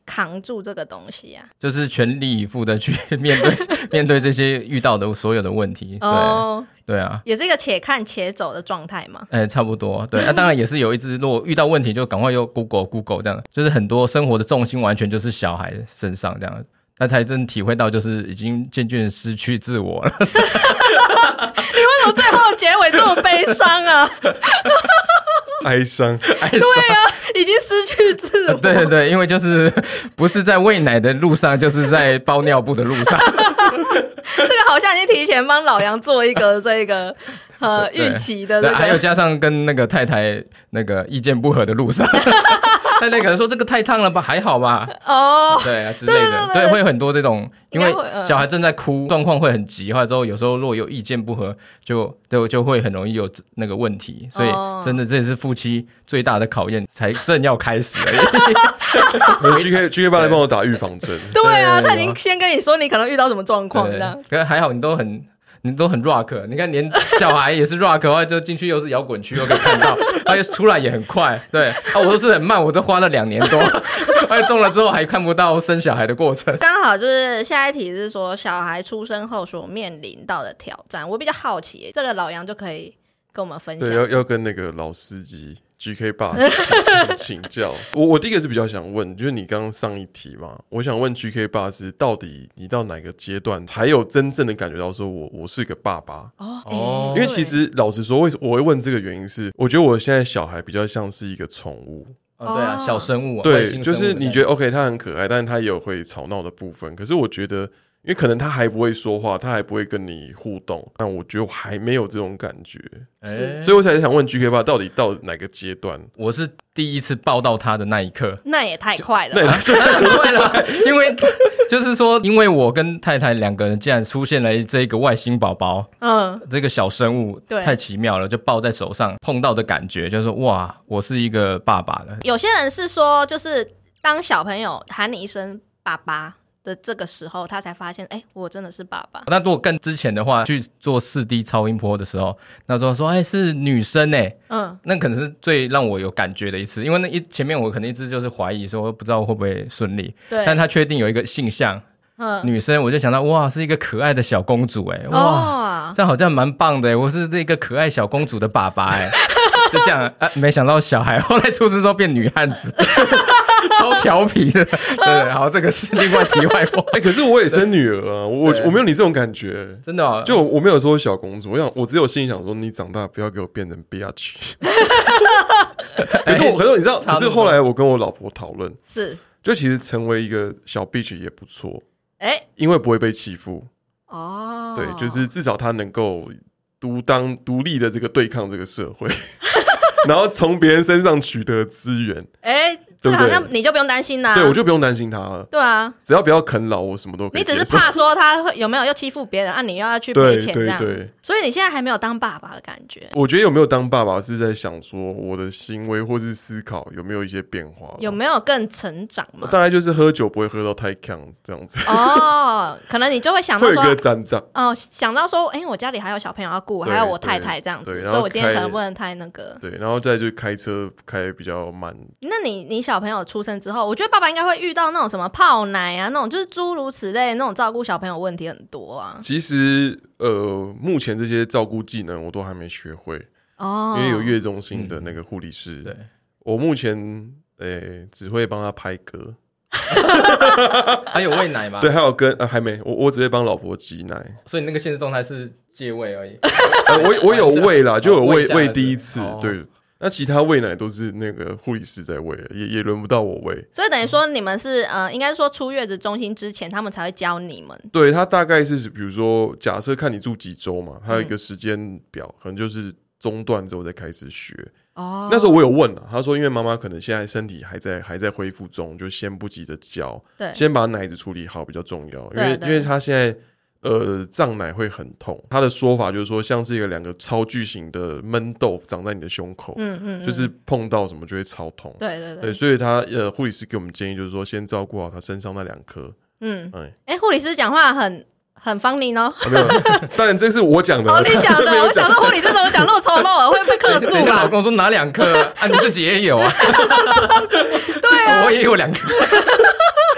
扛住这个东西啊？
就是全力以赴的去面对面对这些遇到的所有的问题。哦，对对啊，
也是一个且看且走的状态嘛。
哎、欸，差不多。对，那、啊、当然也是有一只，如果遇到问题就赶快又 Google Google 这样，就是很多生活的重心完全就是小孩身上这样，那才真体会到就是已经渐渐失去自我了。
你为什么最后结尾这么悲伤啊？
哀伤，
哀伤。
对啊，已经失去自我。
对对对，因为就是不是在喂奶的路上，就是在包尿布的路上。
这个好像已经提前帮老杨做一个这个呃预期的、这个，
还有加上跟那个太太那个意见不合的路上。太太可能说这个太烫了吧，还好吧？哦，对啊之类的，对, 对, 对, 对，会有很多这种，因为小孩正在哭，状况会很急，或者之后有时候如果有意见不合，就就就会很容易有那个问题，所以真的这也是夫妻最大的考验，才正要开始而已。
G K G K 爸来帮我打预防针。
对啊，他已经先跟你说你可能遇到什么状况这样。
可是还好你都很。你都很 rock， 你看连小孩也是 rock， 然后就进去又是摇滚区，又可以看到，然后出来也很快，对啊，我都是很慢，我都花了两年多，而且中了之后还看不到生小孩的过程。
刚好就是下一题是说小孩出生后所面临到的挑战，我比较好奇，这个老杨就可以跟我们分享。
对，要要跟那个老司机。G K 爸请教我，我第一个是比较想问，就是你刚刚上一题嘛，我想问 G K 爸是到底你到哪个阶段才有真正的感觉到说我我是个爸爸哦？因为其实老实说，为什么我会问这个原因是，我觉得我现在小孩比较像是一个宠物。
哦，对啊，小生物啊，
对，就是你觉得 OK， 他很可爱，但是他也有会吵闹的部分。可是我觉得。因为可能他还不会说话，他还不会跟你互动，但我觉得我还没有这种感觉，欸、所以我才想问 G K 爸到底到哪个阶段？
我是第一次抱到他的那一刻，
那也太快了，
那也太快了，因为就是说，因为我跟太太两个人竟然出现了这个外星宝宝，嗯，这个小生物太奇妙了，就抱在手上碰到的感觉，就是说哇，我是一个爸爸了。
有些人是说，就是当小朋友喊你一声爸爸。的这个时候他才发现哎、欸，我真的是爸爸。
那如果更之前的话去做 四 D 超音波的时候，那时候说哎、欸、是女生哎、欸，嗯，那可能是最让我有感觉的一次，因为那一前面我可能一直就是怀疑说不知道会不会顺利，对，但他确定有一个性向嗯，女生，我就想到哇是一个可爱的小公主哎、欸，哇、哦、这样好像蛮棒的哎、欸，我是这个可爱小公主的爸爸哎、欸，就这样啊，没想到小孩后来出生之后变女汉子超调皮的，对对，好，这个是另外题外话。
哎、欸，可是我也生女儿啊，我我没有你这种感觉，
真的、哦，
就我没有说小公主，我想我只有心里想说，你长大不要给我变成 bitch。可是我，可是你知道，可是后来我跟我老婆讨论，
是，
就其实成为一个小 bitch 也不错，哎、欸，因为不会被欺负。哦，对，就是至少她能够独当独立的这个对抗这个社会。然后从别人身上取得资源，
哎、欸，这个好像你就不用担心啦、啊。
对，我就不用担心他了。
对啊，
只要不要啃老，我什么都可以。
你只是怕说他会有没有又欺负别人啊？你又要去赔钱这样。
对对对。
所以你现在还没有当爸爸的感觉。
我觉得有没有当爸爸是在想说我的行为或是思考有没有一些变化，
有没有更成长嘛？
大概就是喝酒不会喝到太强这样子。
哦，可能你就会想到说，
会有个沾长
哦，想到说，哎、欸，我家里还有小朋友要顾，还有我太太这样子，所以我今天可能不能太那个。
对，然后再就开车。开比较慢。
那你你小朋友出生之后，我觉得爸爸应该会遇到那种什么泡奶啊，那种就是诸如此类那种照顾小朋友问题很多啊。
其实呃，目前这些照顾技能我都还没学会哦，因为有月中心的那个护理师、嗯，对，我目前诶、欸、只会帮他拍嗝。
还有喂奶吗？
对，还有跟、呃、还没，我我只会帮老婆挤奶，
所以那个现实状态是借喂而已。
呃、我我有喂啦，就有喂喂第一次，哦、对。那其他喂奶都是那个护理师在喂，也也轮不到我喂。
所以等于说你们是呃，应该说出月子中心之前，他们才会教你们。
对，他大概是比如说，假设看你住几周嘛，还有一个时间表、嗯，可能就是中断之后再开始学。哦，那时候我有问了，他说因为妈妈可能现在身体还在还在恢复中，就先不急着教，对，先把奶子处理好比较重要，因为因为他现在。呃，胀奶会很痛。他的说法就是说，像是一个两个超巨型的闷豆腐长在你的胸口，嗯嗯，就是碰到什么就会超痛。对对 对, 对，所以他呃，护理师给我们建议就是说，先照顾好他身上那两颗。嗯，哎、欸，
护理师讲话很很funny哦、
啊。没有，当然这是我讲的。
哦，你讲的，我想说护理师怎么讲那么丑陋啊？会被客诉吧？
老公说哪两颗啊？你自己也有啊？
对啊，
我也有两颗。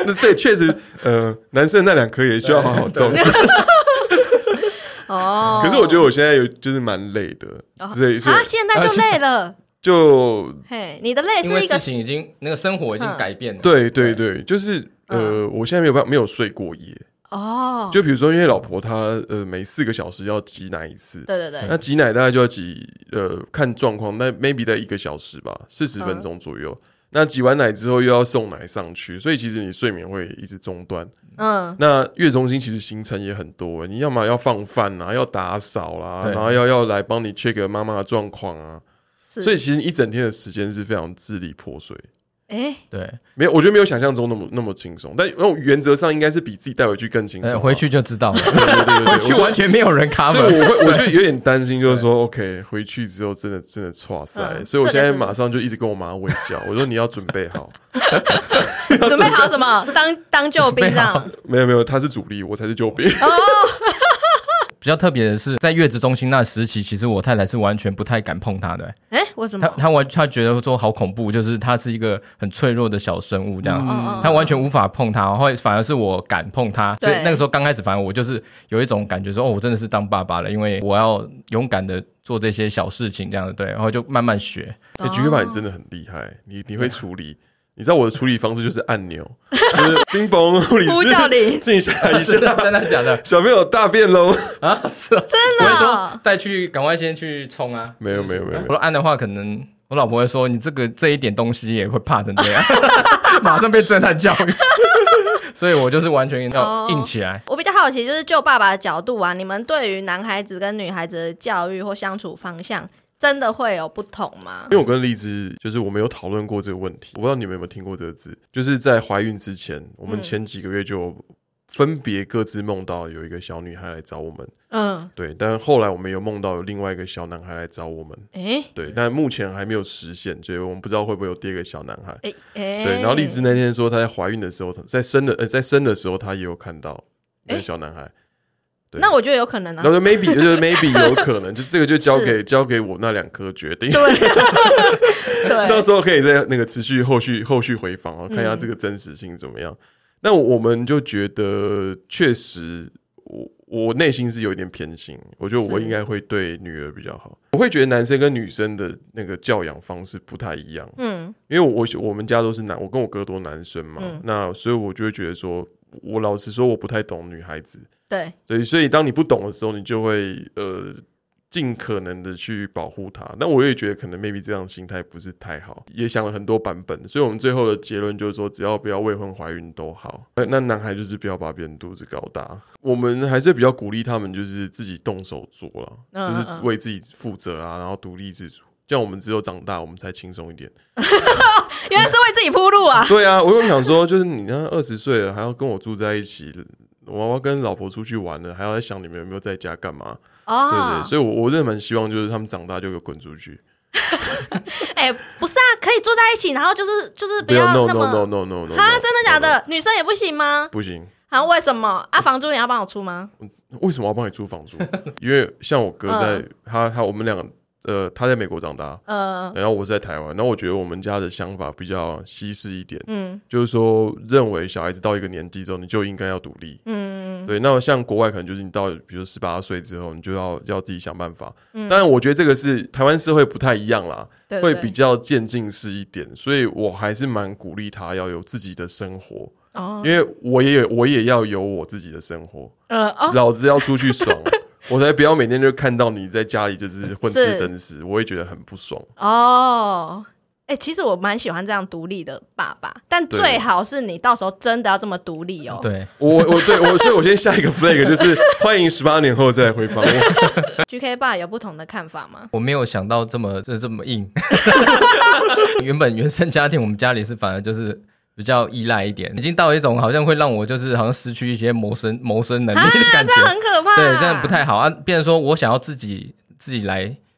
对，确实，呃，男生那两颗也需要好好照顾。
哦，
可是我觉得我现在有就是蛮累的，
哦、
所以
啊，现在就累了。
就
嘿，你的累是一个
因为事情已经那个生活已经改变了。
对对对，就是呃，嗯、我现在没有办法没有睡过夜。
哦，
就比如说，因为老婆她呃每四个小时要挤奶一次，
对对对，
那挤奶大概就要挤呃看状况，那 maybe 在一个小时吧，四十分钟左右。嗯、那挤完奶之后又要送奶上去，所以其实你睡眠会一直中断。嗯，那月中心其实行程也很多，你要么要放饭啊，要打扫啦、啊，然后要要来帮你 check 妈妈的状况啊，所以其实一整天的时间是非常支离破碎。
哎、欸，
对，
没有，我觉得没有想象中那么那么轻松，但原则上应该是比自己带回去更轻松、啊。
回去就知道了，
对对对对，
回去完全没有人 cover，
所以我会，我就有点担心，就是说 ，OK， 回去之后真的真的剉赛、嗯，所以我现在马上就一直跟我妈喂教，我说你要准备好，
准备好什么？当当救兵这样？
没有没有，他是主力，我才是救兵。
哦
比较特别的是，在月子中心那时期，其实我太太是完全不太敢碰她的、欸。
哎、欸，为什么？
她她完她觉得说好恐怖，就是她是一个很脆弱的小生物这样，嗯、她完全无法碰她，后来反而是我敢碰她。所以那个时候刚开始，反而我就是有一种感觉说，哦，我真的是当爸爸了，因为我要勇敢的做这些小事情这样的，对，然后就慢慢学。
哎、欸，菊爸你真的很厉害，你你会处理。你知道我的处理方式就是按钮，就是冰崩护理师静下一下，
真的假的？
小朋友大便喽
啊，是哦，
真的、哦，
说带去赶快先去冲啊！
没有没有没有，
我说按的话，可能我老婆会说你这个这一点东西也会怕成这样，马上被震撼教育。所以我就是完全要硬起来。
哦、我比较好奇，就是就爸爸的角度啊，你们对于男孩子跟女孩子的教育或相处方向，真的会有不同吗？
因为我跟荔枝就是我们有讨论过这个问题，我不知道你们有没有听过这个字，就是在怀孕之前，我们前几个月就分别各自梦到有一个小女孩来找我们，嗯，对，但后来我们有梦到有另外一个小男孩来找我们，哎、欸，对，但目前还没有实现，所以我们不知道会不会有第二个小男孩，哎、欸，对，然后荔枝那天说她在怀孕的时候，在生的呃在生的时候，她也有看到那个小男孩。欸，
那我觉得有可能啊，
然后 maybe 就是 maybe 有可能，就这个就交给交给我那两颗决定。
对，对，
到时候可以在那个持续后续后续回访啊，看一下这个真实性怎么样。那、嗯、我们就觉得确实，我我内心是有一点偏心，我觉得我应该会对女儿比较好。我会觉得男生跟女生的那个教养方式不太一样，嗯，因为我我们家都是男，我跟我哥都男生嘛，嗯、那所以我就会觉得说，我老实说我不太懂女孩子。
对，
所以所以当你不懂的时候，你就会呃尽可能的去保护他。那我也觉得可能 maybe 这样心态不是太好，也想了很多版本，所以我们最后的结论就是说，只要不要未婚怀孕都好。那男孩就是不要把别人肚子搞大。我们还是比较鼓励他们，就是自己动手做啦，嗯嗯，就是为自己负责啊，然后独立自主。这样我们只有长大，我们才轻松一点。
原来是为自己铺路啊！
对啊，我又想说，就是你看二十岁了，还要跟我住在一起。我要跟老婆出去玩了，还要在想你们有没有在家干嘛？哦，对对，所以我，我我真的蛮希望，就是他们长大就给滚出去。
哎、欸，不是啊，可以坐在一起，然后就是就是不要那么
no no no no no no
啊，真的假的？ no, no. 女生也不行吗？
不行
啊？为什么啊？房租你要帮我出吗？
为什么要帮你出房租？因为像我哥在，嗯、他他我们两个。呃，他在美国长大，嗯，然后我是在台湾，然后我觉得我们家的想法比较西式一点，嗯，就是说认为小孩子到一个年纪之后，你就应该要独立，嗯，对。那像国外可能就是你到比如十八岁之后，你就要要自己想办法。嗯，当然我觉得这个是台湾社会不太一样啦，对对对，会比较渐进式一点，所以我还是蛮鼓励他要有自己的生活，哦，因为我也我也要有我自己的生活，呃，哦，老子要出去爽。我才不要每天就看到你在家里就是混吃等死，我会觉得很不爽。
哦，哎、欸，其实我蛮喜欢这样独立的爸爸，但最好是你到时候真的要这么独立哦。
对，
我我对我，所以我先下一个 flag 就是欢迎十八年后再回访我。
G K 爸有不同的看法吗？
我没有想到这么这这么硬。原本原生家庭，我们家里是反而就是比较依赖一点，已经到一种好像会让我就是好像失去一些谋生谋生能力的感觉，
这样很可怕，
对，这样不太好啊。变成说我想要自己自己来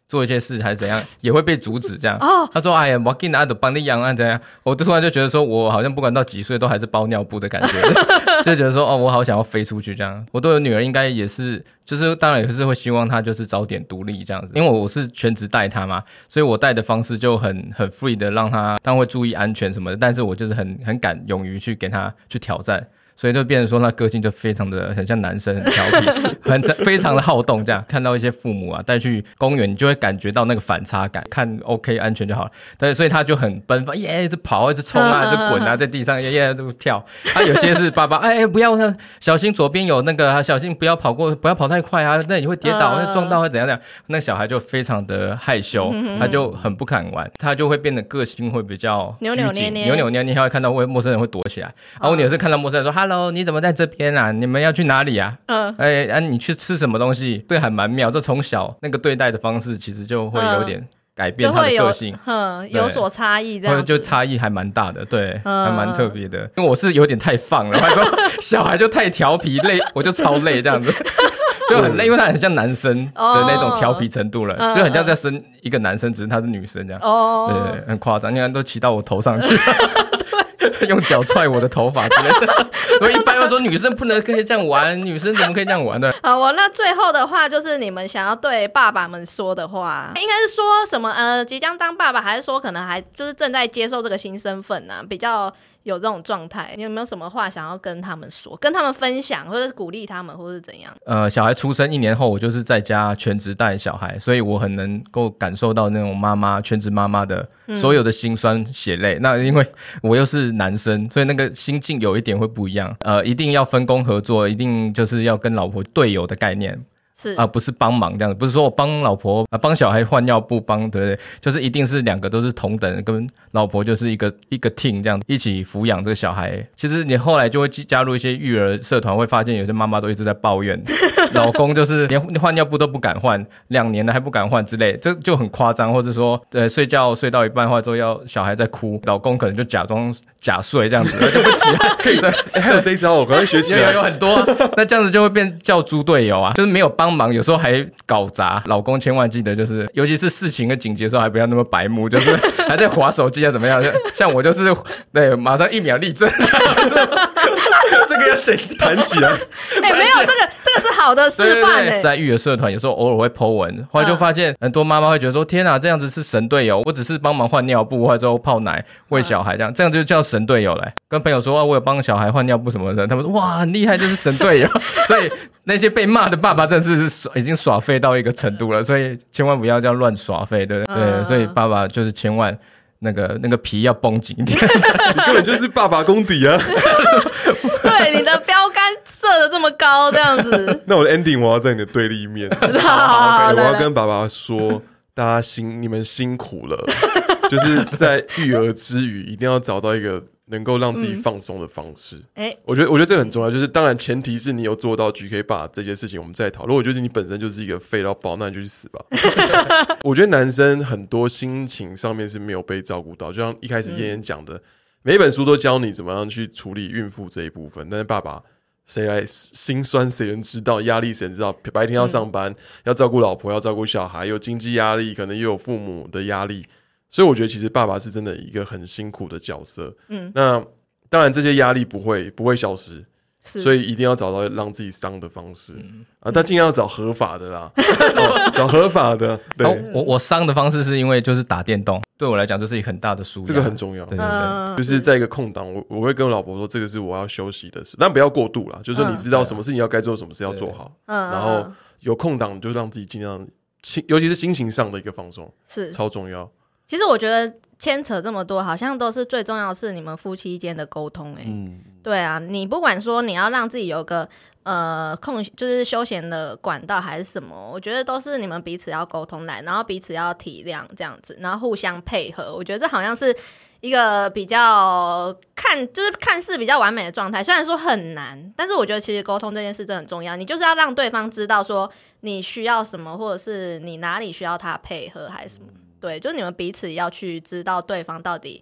做一些事还是怎样，也会被阻止这样。哦、他说：“哎呀，我给你拿的帮你养啊怎样？”我突然就觉得说，我好像不管到几岁都还是包尿布的感觉，就觉得说哦，我好想要飞出去这样。我对我女儿应该也是，就是当然也是会希望她就是早点独立这样子，因为我是全职带她嘛，所以我带的方式就很很 free 的让她，当然会注意安全什么的，但是我就是很很敢勇于去给她去挑战。所以就变成说，他个性就非常的很像男生，很调皮，很非常的好动。这样看到一些父母啊带去公园，你就会感觉到那个反差感。看 OK 安全就好了，对，所以他就很奔放，耶，一直跑，一直冲啊，就滚啊，在地上耶耶就跳。他、啊、有些是爸爸，哎，不要，小心左边有那个，小心不要跑过，不要跑太快啊，那你会跌倒，会撞到，会怎样怎样。那小孩就非常的害羞，他就很不敢玩，他就会变得个性会比较
扭扭捏捏，
扭扭捏捏，他会看到陌生人会躲起来。然后我女儿是看到陌生人说 ：“Hello， 你怎么在这边啊？你们要去哪里啊？嗯，哎、啊，你去吃什么东西？这还蛮妙。这从小那个对待的方式，其实就会有点改变他的个性，
嗯，有所差异，这样
就差异还蛮大的，对，嗯、还蛮特别的。因为我是有点太放了，他说小孩就太调皮，累，我就超累这样子。”就很累，因为他很像男生的那种调皮程度了，哦、就很像在生一个男生，只是他是女生这样，哦、对，很夸张，你看都骑到我头上去。用脚踹我的头发之类的，我一般会说女生不能可以这样玩，女生怎么可以这样玩呢？
好，我那最后的话就是你们想要对爸爸们说的话，应该是说什么？呃，即将当爸爸，还是说可能还就是正在接受这个新身份啊？比较有这种状态，你有没有什么话想要跟他们说，跟他们分享，或者是鼓励他们，或者是怎样？
呃，小孩出生一年后，我就是在家全职带小孩，所以我很能够感受到那种妈妈全职妈妈的所有的辛酸血泪。嗯、那因为我又是男生，所以那个心境有一点会不一样。呃，一定要分工合作，一定就是要跟老婆队友的概念。是啊、呃，不是帮忙这样子，不是说我帮老婆啊帮小孩换尿布，帮对不对？就是一定是两个都是同等的，跟老婆就是一个一个 team 这样一起抚养这个小孩。其实你后来就会加入一些育儿社团，会发现有些妈妈都一直在抱怨，老公就是连换尿布都不敢换，两年了还不敢换之类，这就很夸张。或者说，呃，睡觉睡到一半或者说要小孩在哭，老公可能就假装假睡这样子，就不起来。对，
欸、还有这一招，我刚才学起来，
有有有很多，那这样子就会变叫猪队友啊，就是没有帮忙，有时候还搞砸。老公千万记得，就是尤其是事情跟紧急的时候，还不要那么白目，就是还在滑手机啊怎么样？像我就是对，马上一秒立正。这个要剪
弹起来，
哎、欸，没有这个，这个是好的示范哎、欸。
在育儿社团有时候偶尔会 po 文，后来就发现很多妈妈会觉得说：“天啊，这样子是神队友！我只是帮忙换尿布，或者说泡奶、喂小孩这样，这样就叫神队友嘞。”跟朋友说：“啊，我有帮小孩换尿布什么的。”他们说：“哇，很厉害，这是神队友。”所以那些被骂的爸爸真的是已经耍废到一个程度了，所以千万不要这样乱耍废，对不对？对，所以爸爸就是千万。那个那个皮要绷紧一点，
你根本就是爸爸功底啊！
对，你的标杆设的这么高，这样子。
那我的 ending 我要在你的对立面，好，我要跟爸爸说，大家辛你们辛苦了，就是在育儿之余，一定要找到一个能够让自己放松的方式。哎、嗯，我觉得我觉得这个很重要，就是当然前提是你有做到 G K 爸这些事情，我们再讨论。我觉得你本身就是一个废到爆，那你就去死吧。我觉得男生很多心情上面是没有被照顾到，就像一开始燕燕讲的、嗯，每一本书都教你怎么样去处理孕妇这一部分，但是爸爸谁来心酸谁人知道，压力谁人知道？白天要上班、嗯，要照顾老婆，要照顾小孩，有经济压力，可能又有父母的压力。所以我觉得其实爸爸是真的一个很辛苦的角色，嗯，那当然这些压力不会不会消失，所以一定要找到让自己伤的方式、嗯、啊，但尽量要找合法的啦，哦、找合法的。对，
哦、我我伤的方式是因为就是打电动，对我来讲这是一个很大的舒压，
这个很重要。
对对对，
嗯、
就是
在一个空档，我我会跟我老婆说，这个是我要休息的事，但不要过度啦，就是说你知道什么事情要该做，什么事要做好，嗯，然后有空档就让自己尽量，尤其是心情上的一个放松，是超重要。
其实我觉得牵扯这么多，好像都是最重要的是你们夫妻间的沟通、欸。嗯，对啊，你不管说你要让自己有个呃空，就是休闲的管道还是什么，我觉得都是你们彼此要沟通来，然后彼此要体谅这样子，然后互相配合。我觉得这好像是一个比较看，就是看似比较完美的状态。虽然说很难，但是我觉得其实沟通这件事真的很重要。你就是要让对方知道说你需要什么，或者是你哪里需要他配合还是什么。对，就是你们彼此要去知道对方到底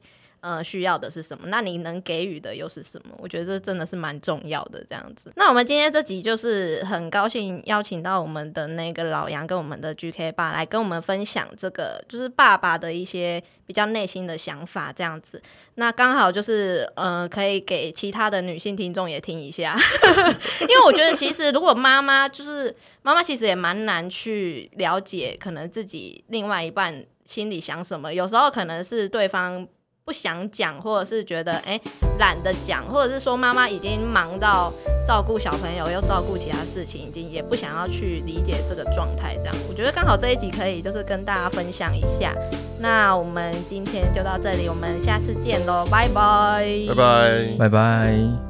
呃，需要的是什么？那你能给予的又是什么？我觉得这真的是蛮重要的这样子。那我们今天这集就是很高兴邀请到我们的那个老杨跟我们的 G K 爸来跟我们分享这个就是爸爸的一些比较内心的想法这样子。那刚好就是呃，可以给其他的女性听众也听一下，因为我觉得其实如果妈妈就是妈妈其实也蛮难去了解可能自己另外一半心里想什么，有时候可能是对方不想讲，或者是觉得哎懒得讲，或者是说妈妈已经忙到照顾小朋友又照顾其他事情，已经也不想要去理解这个状态这样。我觉得刚好这一集可以就是跟大家分享一下。那我们今天就到这里，我们下次见咯，拜拜
拜拜
拜拜。